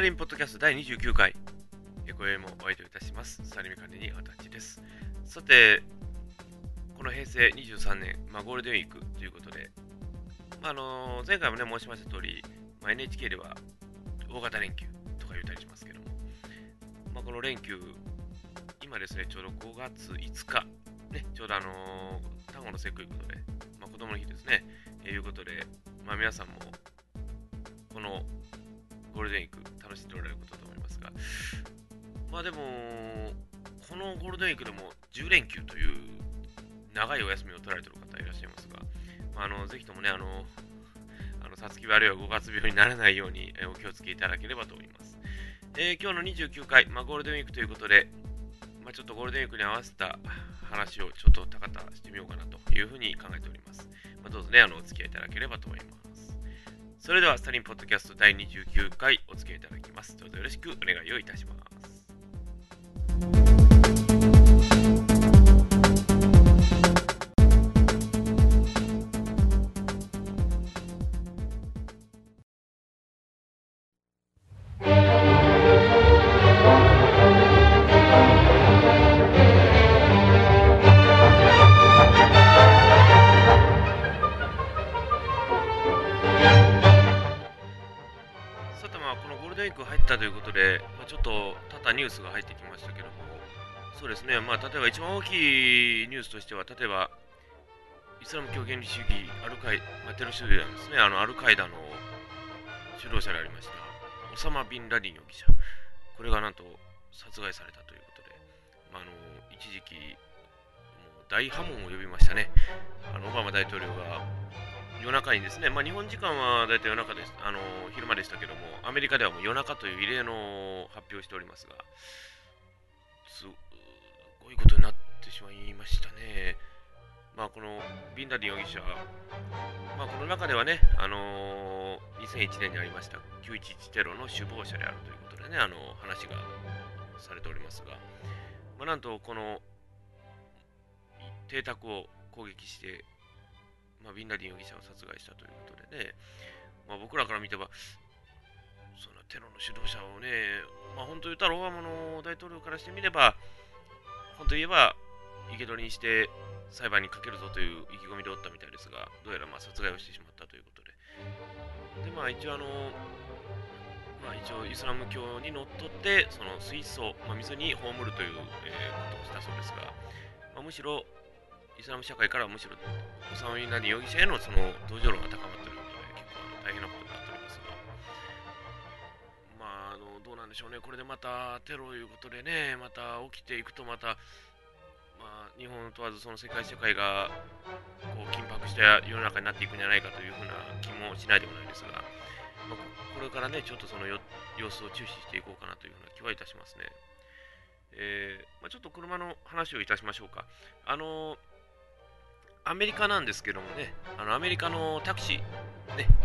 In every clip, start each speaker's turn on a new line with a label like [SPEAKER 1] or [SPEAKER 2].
[SPEAKER 1] リンポッドキャスト第29回。これもお相手いたします。サリミ管理人あたちです。さて、この平成23年、ゴールデンウィークということで、前回もね、申しました通り、NHK では大型連休とか言ったりしますけども、この連休、今ですね、ちょうど5月5日、ね、ちょうど端午の節句ということで、子供の日ですね、いうことで、皆さんも、このゴールデンウィーク楽しんでおられることだと思いますが、でも、このゴールデンウィークでも10連休という長いお休みを取られている方いらっしゃいますが、ぜひともね、さつき病あるいは5月病にならないようにお気をつけいただければと思います。今日の29回、ゴールデンウィークということで、ちょっとゴールデンウィークに合わせた話をちょっと高々してみようかなというふうに考えております。どうぞね、お付き合いいただければと思います。それでは、スタリンポッドキャスト第29回お付き合いいただきます。どうぞよろしくお願いをいたします。このゴールデンウィーク入ったということで、ちょっと多々ニュースが入ってきましたけども、そうですね、例えば一番大きいニュースとしては、例えばイスラム教原理主義アルカイ、テロ集団ですね、アルカイダの主導者でありましたオサマ・ビンラディン容疑者、これがなんと殺害されたということで、一時期もう大波紋を呼びましたね。オバマ大統領が夜中にですね、日本時間はだいたい夜中です、昼間でしたけども、アメリカではもう夜中という異例の発表をしておりますが、すごいことになってしまいましたね。このビンラディン容疑者、この中ではね、2001年にありました911テロの首謀者であるということでね、話がされておりますが、なんとこの邸宅を攻撃して、ビンラディン容疑者を殺害したということでね、僕らから見てば、そのテロの主導者をね、本当言ったらオバマの大統領からしてみれば、本当言えば生け捕りにして裁判にかけるぞという意気込みでおったみたいですが、どうやら殺害をしてしまったということで、一応一応イスラム教にのっとってその水槽、水に葬るという、ことをしたそうですが、むしろイスラム社会からはむしろオサマ・ビンラディン容疑者へのその同情論が高まっていることで、結構大変なことになっておりますが、どうなんでしょうね。これでまたテロということでね、また起きていくと、また日本問わずその世界社会がこう緊迫した世の中になっていくんじゃないかというふうな気もしないでもないですが、これからね、ちょっとその様子を注視していこうかなというふうな気はいたしますね。ちょっと車の話をいたしましょうか。アメリカなんですけどもね、アメリカのタクシー、ね、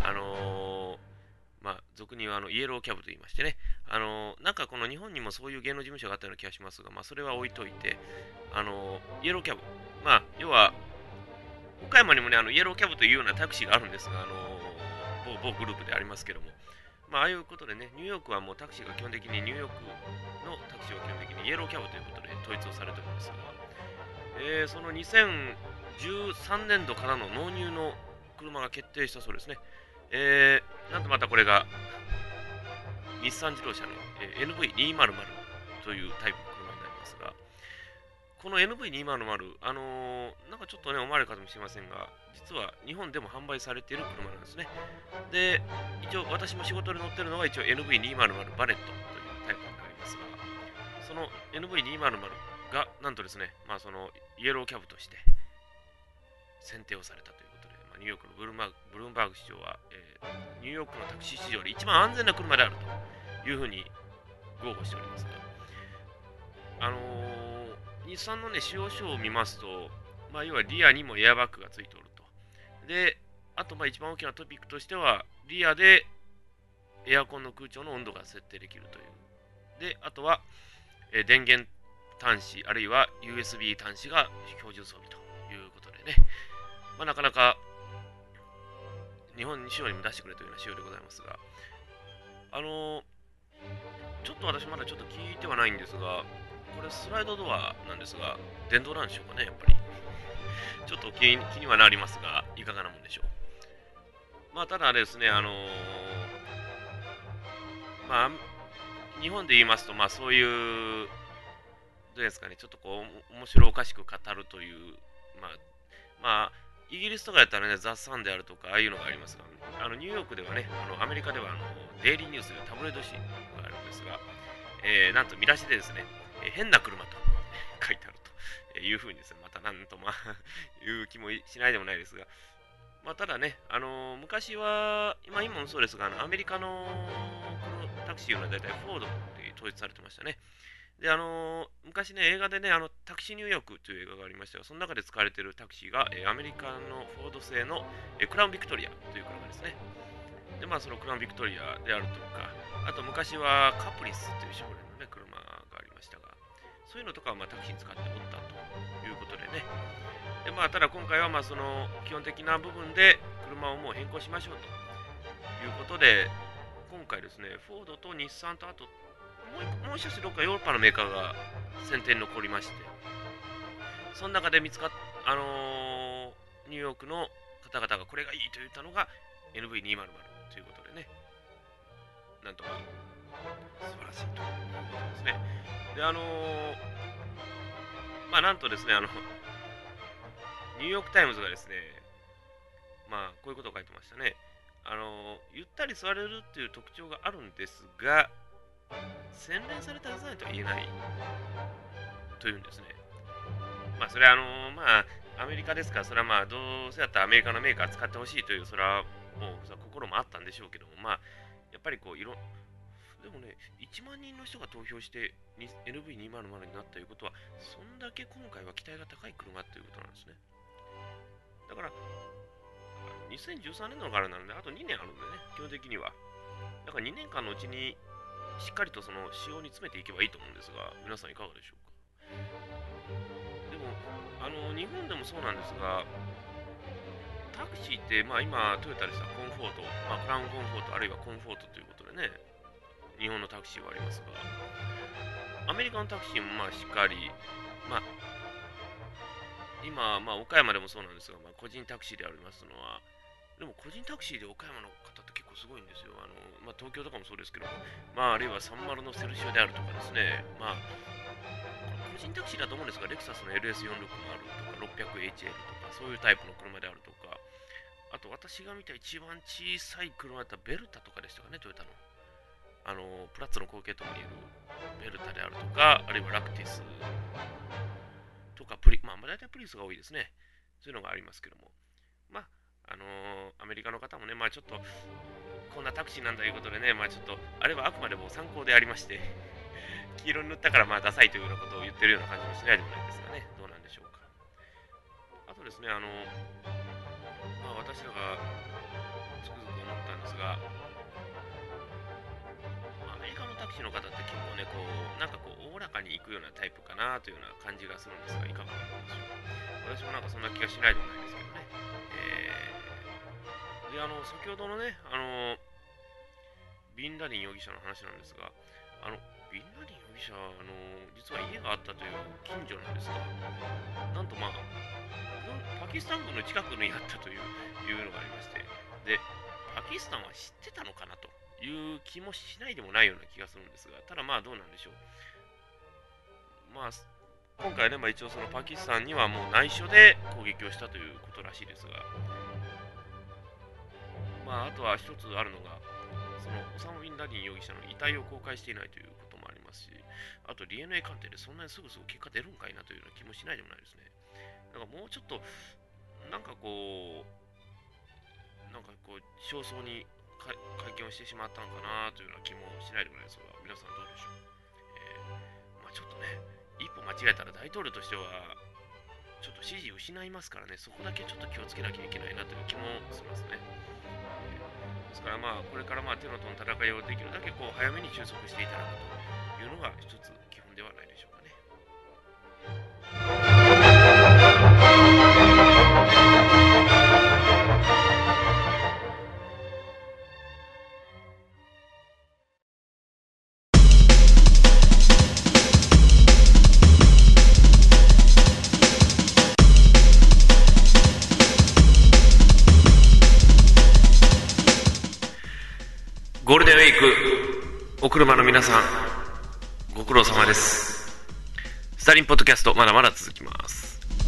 [SPEAKER 1] 俗にはイエローキャブと言いましてね、なんかこの日本にもそういう芸能事務所があったような気がしますが、それは置いといて、イエローキャブ、要は、岡山にもね、イエローキャブというようなタクシーがあるんですが、某グループでありますけども、ああいうことでね、ニューヨークはもうタクシーが基本的に、ニューヨークのタクシーは基本的にイエローキャブということで統一をされておりますが、その2013年度からの納入の車が決定したそうですね。なんとまたこれが日産自動車の、NV200 というタイプの車になりますが、この NV200、なんかちょっとね、思われるかもしれませんが、実は日本でも販売されている車なんですね。で、一応私も仕事で乗ってるのが一応 NV200 バレットというタイプになりますが、その NV200 がなんとですね、そのイエローキャブとして選定をされたということで、ニューヨークのブルームバーグ市長は、ニューヨークのタクシー市場で一番安全な車であるというふうに豪語しておりますが、日産のね、使用書を見ますと、要はリアにもエアバッグがついておると。で、あと一番大きなトピックとしては、リアでエアコンの空調の温度が設定できるという。で、あとは、電源端子あるいは USB 端子が標準装備ということでね、なかなか日本仕様にも出してくれというような仕様でございますが、 ちょっと私まだちょっと聞いてはないんですが、これスライドドアなんですが、電動なんでしょうかね、やっぱり。ちょっと気にはなりますが、いかがなもんでしょう。まあ、ただですね、まあ、日本で言いますと、まあ、そういう、どうですかね、ちょっとこう、面白おかしく語るという、まあ、まあ、イギリスとかやったらね、ザ・サンであるとか、ああいうのがありますが、ニューヨークではね、アメリカではデイリーニュースというタブロイド紙があるんですが、なんと見出しでですね、変な車と書いてあるというふうにですね、またなんとまあいう気もしないでもないですが、まあ、ただね、昔は、今もそうですが、アメリカのこのタクシーは大体フォードって統一されてましたね。で、昔ね、映画でね、タクシーニューヨークという映画がありましたが、その中で使われているタクシーが、アメリカのフォード製の、クラウンビクトリアという車ですね。で、まあ、そのクラウンビクトリアであるとか、あと昔はカプリスというショーレのね、車がありましたが、そういうのとかはまあタクシーに使っておったということでね。で、まあ、ただ今回はまあその基本的な部分で車をもう変更しましょうということで、今回ですね、フォードと日産とあともう一つどっかヨーロッパのメーカーが先手に残りまして、その中で見つかっニューヨークの方々がこれがいいと言ったのが NV200 ということでね、なんとか素晴らしいということですね。で、まあなんとですね、ニューヨークタイムズがですね、まあこういうことを書いてましたね。ゆったり座れるっていう特徴があるんですが、洗練されたデザインとは言えないというんですね。まあそれはまあアメリカですから、それはまあどうせやったらアメリカのメーカー使ってほしいという、それはもう心もあったんでしょうけども、まあやっぱりこうでもね、1万人の人が投票して NV200 になったということは、そんだけ今回は期待が高い車ということなんですね。だから、2013年のからなので、あと2年あるんでね、基本的には。だから2年間のうちに、しっかりとその仕様に詰めていけばいいと思うんですが、皆さんいかがでしょうか。でも、日本でもそうなんですが、タクシーって、まあ今、トヨタでしたコンフォート、まあクラウンコンフォート、あるいはコンフォートということでね、日本のタクシーはありますが、アメリカのタクシーもまあしっかり、まあ今、まあ岡山でもそうなんですが、まあ個人タクシーでありますのは、でも個人タクシーで岡山の方って結構すごいんですよ。まあ、東京とかもそうですけど、まあ、あるいは30のセルシオであるとかですね、まあ、個人タクシーだと思うんですが、レクサスの LS46 もあるとか、600HL とか、そういうタイプの車であるとか、あと私が見た一番小さい車だったらベルタとかでしたかね、トヨタの。プラッツの後継とも言えるベルタであるとか、あるいはラクティスとか、まあ、大体プリウスが多いですね。そういうのがありますけども。まあ、アメリカの方もね、まあちょっと、こんなタクシーなんだということでね、まあちょっと、あれはあくまでも参考でありまして、黄色に塗ったからまあダサいというようなことを言ってるような感じもしないでもないですがね、どうなんでしょうか。あとですね、まあ私らがつくづく思ったんですが、アメリカのタクシーの方って結構ね、なんかおおらかに行くようなタイプかなというような感じがするんですが、いかがなんでしょう。私もなんかそんな気がしないでもないですけどね。で、先ほどのね、ビンラディン容疑者の話なんですが、ビンラディン容疑者、実は家があったという近所なんですが、なんとまあ、パキスタン軍の近くにあったというのがありまして、で、パキスタンは知ってたのかなという気もしないでもないような気がするんですが、ただまあどうなんでしょう。まあ、今回ね、まあ、一応そのパキスタンにはもう内緒で攻撃をしたということらしいですが、まあ、あとは一つあるのが、そのオサマ・ビンラディン容疑者の遺体を公開していないということもありますし、あと DNA 鑑定でそんなにすぐ結果出るんかいなというような気もしないでもないですね。だからもうちょっと、なんか早々に会見をしてしまったのかなというような気もしないでもないですが、皆さんどうでしょう。まあちょっとね、一歩間違えたら大統領としては、ちょっと支持を失いますからね、そこだけちょっと気をつけなきゃいけないなという気もしますね。ですからまあこれからまあ手のとの戦いをできるだけ早めに収束していただくというのが一つ基本ではないでしょうかね。 車の皆さん、ご苦労様です。スタリンポッドキャスト、まだまだ続きます。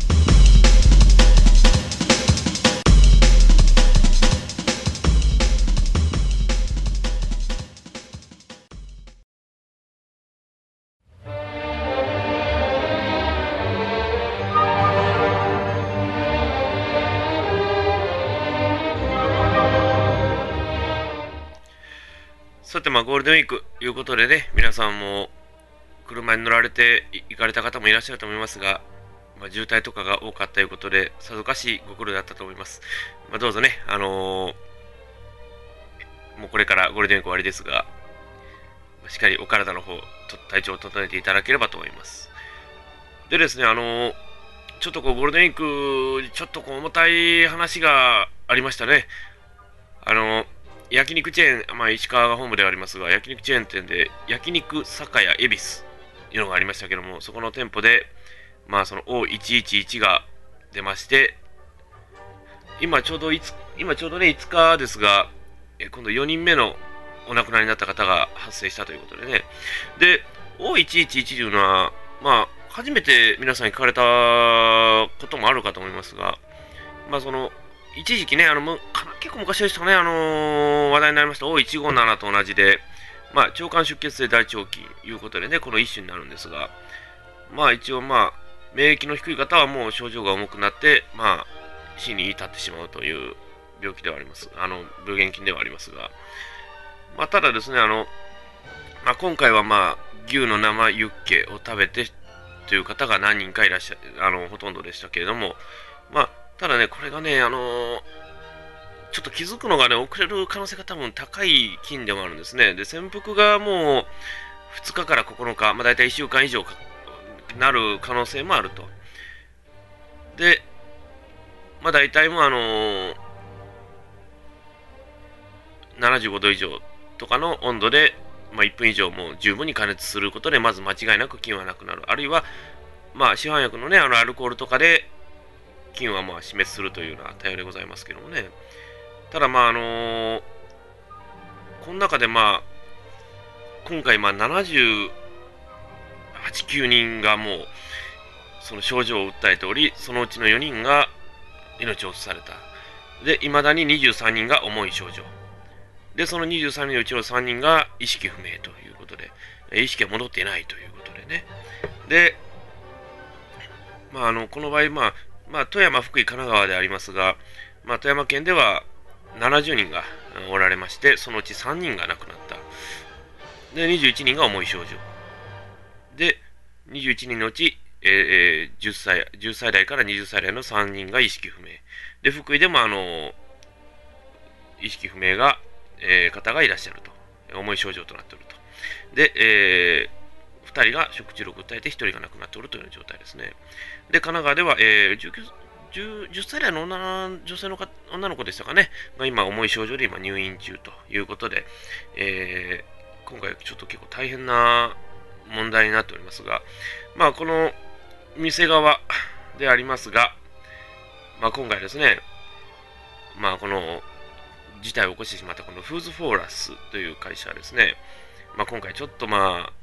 [SPEAKER 1] さて、ゴールデンウィークということでね、皆さんも車に乗られて行かれた方もいらっしゃると思いますが、渋滞とかが多かったということで、さぞかしご苦労だったと思います。どうぞね、もうこれからゴールデンウィーク終わりですが、しっかりお体の方、体調を整えていただければと思います。でですね、ちょっとゴールデンウィーク、ちょっと重たい話がありましたね。焼肉チェーン、石川が本部ではありますが、焼肉チェーン店で焼肉酒屋恵比寿というのがありましたけども、そこの店舗で、その O111 が出まして、今ちょうどね、5日ですが、今度4人目のお亡くなりになった方が発生したということでね。で、O111 というのは、初めて皆さん聞かれたこともあるかと思いますが、その、一時期ね、結構昔でしたかね、話題になりました O157 と同じで、腸管出血性大腸菌ということでね、この一種になるんですが、一応免疫の低い方はもう症状が重くなって、死に至ってしまうという病気ではあります。病原菌ではありますが、ただですね、今回は牛の生ユッケを食べてという方が何人かいらっしゃほとんどでしたけれども、ただね、これがね、ちょっと気づくのがね、遅れる可能性が多分高い菌でもあるんですね。で、潜伏がもう2日から9日、だいたい1週間以上なる可能性もあると。で、大体も75度以上とかの温度で、1分以上もう十分に加熱することで、まず間違いなく菌はなくなる。あるいは、市販薬のね、アルコールとかで、菌は死滅するというような対応でございますけどもね。ただこの中で今回78、9人がもうその症状を訴えており、そのうちの4人が命を落とされた。で、未だに23人が重い症状。で、その23人のうちの3人が意識不明ということで、意識が戻っていないということでね。で、この場合、富山、福井、神奈川でありますが、富山県では70人がおられまして、そのうち3人が亡くなった。で、21人が重い症状。で、21人のうち、10歳代から20歳代の3人が意識不明。で、福井でも意識不明が、方がいらっしゃると。重い症状となっていると。で、2人が食中毒を訴えて1人が亡くなっておるというような状態ですね。で、神奈川では、10歳代の女性の女の子でしたかね、が今重い症状で今入院中ということで、今回ちょっと結構大変な問題になっておりますが、この店側でありますが、今回ですね、この事態を起こしてしまったこのフーズフォーラスという会社はですね、今回ちょっと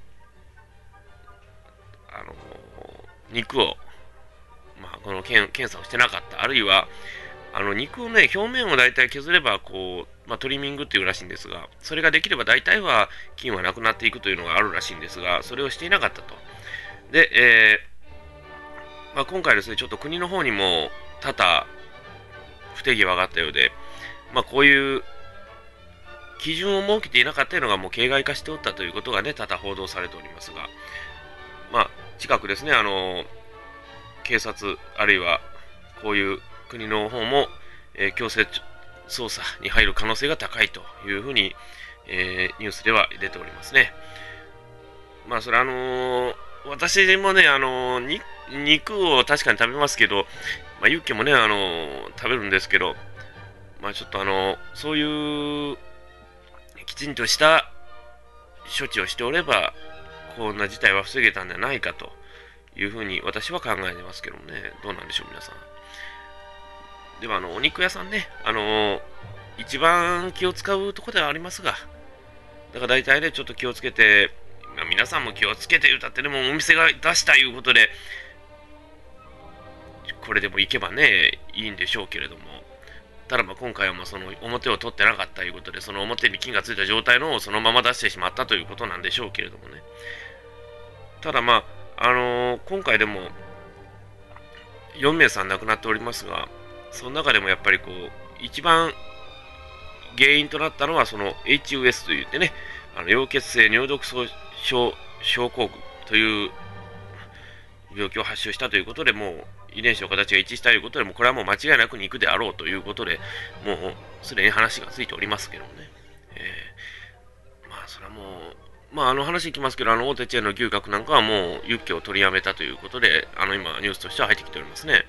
[SPEAKER 1] 肉をこの検査をしてなかった。あるいは、肉をね、表面を大体削れば、トリミングっていうらしいんですが、それができれば大体は菌はなくなっていくというのがあるらしいんですが、それをしていなかったと。で、今回ですね、ちょっと国の方にも多々不手際があったようで、こういう基準を設けていなかったというのがもう形骸化しておったということがね、多々報道されておりますが、近くですね、警察、あるいはこういう国の方も、強制捜査に入る可能性が高いというふうに、ニュースでは出ておりますね。それ私もね、肉を確かに食べますけど、ユッケもね、食べるんですけど、ちょっとそういうきちんとした処置をしておれば、こんな事態は防げたんじゃないかというふうに私は考えてますけどもね、どうなんでしょう、皆さん。では、お肉屋さんね、一番気を使うところではありますが、 だから大体ね、ちょっと気をつけて、皆さんも気をつけて言うたってね、もうお店が出したいうことで、これでも行けばね、いいんでしょうけれども、ただ今回はその表を取ってなかったということで、その表に金がついた状態のをそのまま出してしまったということなんでしょうけれどもね。ただ今回でも4名さん亡くなっておりますが、その中でもやっぱり一番原因となったのはその HUS といってね、溶血性尿毒症症候群という病気を発症したということで、もう遺伝子の形が一致したということで、もうこれはもう間違いなく肉であろうということで、もうすでに話がついておりますけどもね。それはもう、話いきますけど、大手チェーンの牛角なんかはもうユッケを取りやめたということで、今ニュースとしては入ってきておりますね。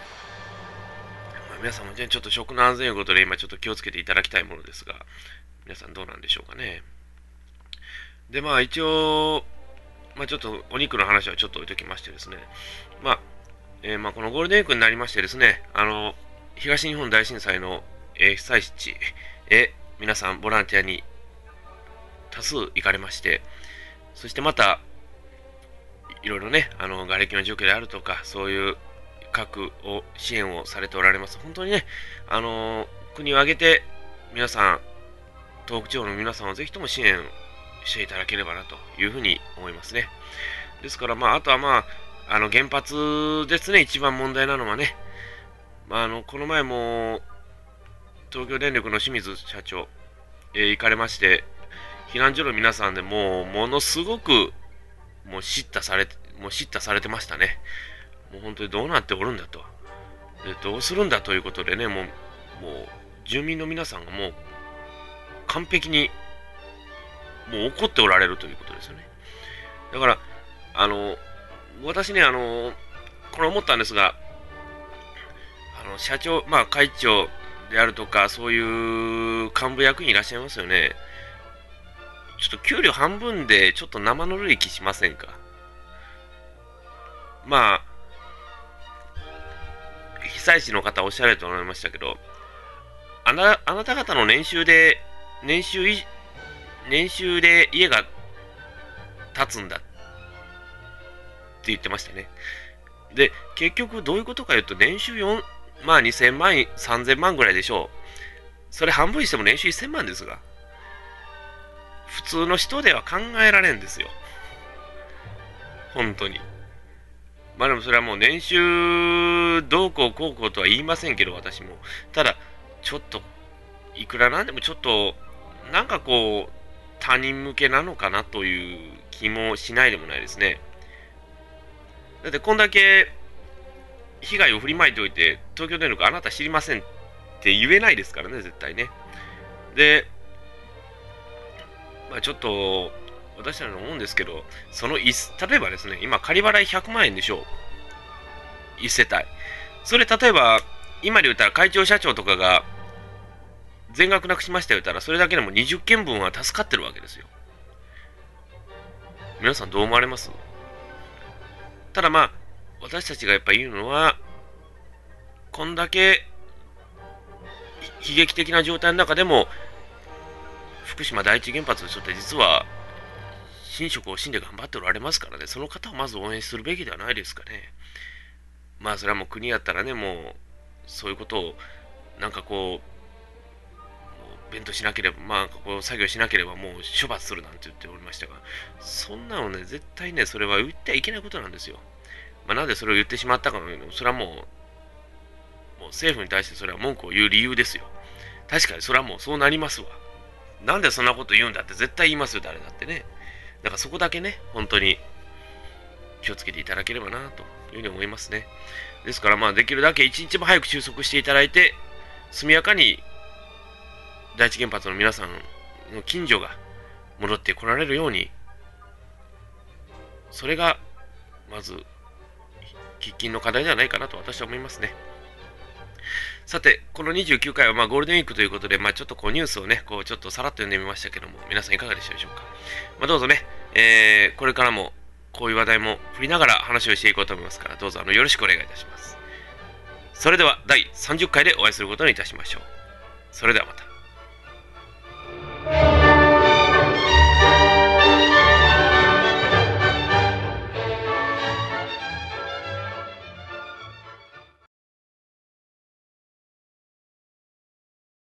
[SPEAKER 1] 皆さんもね、ちょっと食の安全ということで今ちょっと気をつけていただきたいものですが、皆さんどうなんでしょうかね。で、一応、ちょっとお肉の話はちょっと置いときましてですね、このゴールデンウィークになりましてですね、東日本大震災の、被災地へ皆さんボランティアに多数行かれまして、そしてまたいろいろね、瓦礫の除去であるとか、そういう各を支援をされておられます。本当にね、国を挙げて皆さん、東北地方の皆さんをぜひとも支援していただければなというふうに思いますね。ですから、あとは原発ですね、一番問題なのはね、この前も東京電力の清水社長、行かれまして、避難所の皆さんでものすごく叱咤されてましたね。もう本当にどうなっておるんだと。で、どうするんだということでね、もう住民の皆さんがもう完璧にもう怒っておられるということですよね。だから、私ね、これ思ったんですが、社長、会長であるとか、そういう幹部役員いらっしゃいますよね。ちょっと給料半分でちょっと生ぬるい気しませんか？被災地の方おっしゃられておられましたけど、あなた方の年収で家が建つんだって言ってましたね。で、結局どういうことか言うと、年収2000万、3000万ぐらいでしょう。それ半分にしても年収1000万ですが、普通の人では考えられんですよ。本当に。でもそれはもう年収どうこうこうこうとは言いませんけど、私も。ただ、ちょっと、いくらなんでもちょっと、なんか他人向けなのかなという気もしないでもないですね。だってこんだけ被害を振りまいておいて、東京電力あなた知りませんって言えないですからね、絶対ね。で、ちょっと、私たちの思うんですけど、例えばですね、今、仮払い100万円でしょう。1世帯。それ、例えば、今で言ったら会長社長とかが、全額なくしましたよ言ったら、それだけでも20件分は助かってるわけですよ。皆さんどう思われます？ただ私たちがやっぱり言うのは、こんだけ悲劇的な状態の中でも、福島第一原発の人って実は、寝食を惜しんで頑張っておられますからね、その方をまず応援するべきではないですかね。それはもう国やったらね、もう、そういうことを、弁当しなければ、作業しなければもう処罰するなんて言っておりましたが、そんなのね、絶対ね、それは言ってはいけないことなんですよ。なんでそれを言ってしまったかのように、それはもう政府に対してそれは文句を言う理由ですよ。確かにそれはもうそうなりますわ。なんでそんなこと言うんだって絶対言いますよ、誰だってね。だからそこだけね、本当に気をつけていただければなというふうに思いますね。ですからできるだけ一日も早く収束していただいて、速やかに第一原発の皆さんの近所が戻ってこられるように、それがまず喫緊の課題ではないかなと私は思いますね。さて、この29回はゴールデンウィークということで、ちょっとニュースをね、ちょっとさらっと読んでみましたけども、皆さんいかがでしたでしょうか。どうぞね、これからもこういう話題も振りながら話をしていこうと思いますから、どうぞよろしくお願いいたします。それでは第30回でお会いすることにいたしましょう。それではまた。